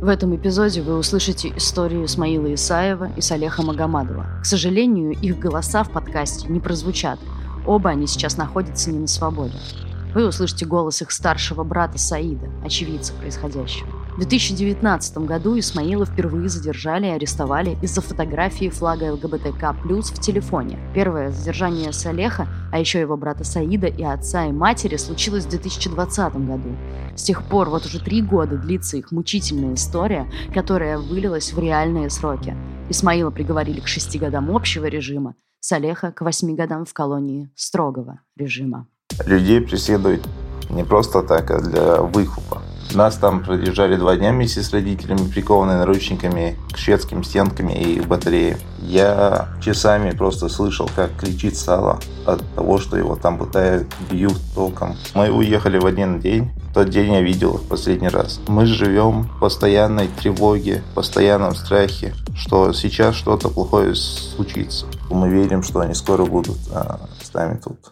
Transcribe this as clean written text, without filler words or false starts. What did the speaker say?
В этом эпизоде вы услышите историю Исмаила Исаева и Салеха Магомадова. К сожалению, их голоса в подкасте не прозвучат. Оба они сейчас находятся не на свободе. Вы услышите голос их старшего брата Саида, очевидца происходящего. В 2019 году Исмаила впервые задержали и арестовали из-за фотографии флага ЛГБТК+ в телефоне. Первое задержание Салеха, а еще его брата Саида и отца и матери, случилось в 2020 году. С тех пор вот уже 3 года длится их мучительная история, которая вылилась в реальные сроки. Исмаила приговорили к 6 годам общего режима, Салеха к 8 годам в колонии строгого режима. Людей преследуют не просто так, а для выкупа. Нас там продержали 2 дня вместе с родителями, прикованные наручниками к шведским стенкам и батареям. Я часами просто слышал, как кричит Сала от того, что его там пытают, бьют током. Мы уехали в один день. В тот день я видел их в последний раз. Мы живем в постоянной тревоге, в постоянном страхе, что сейчас что-то плохое случится. Мы верим, что они скоро будут с нами тут.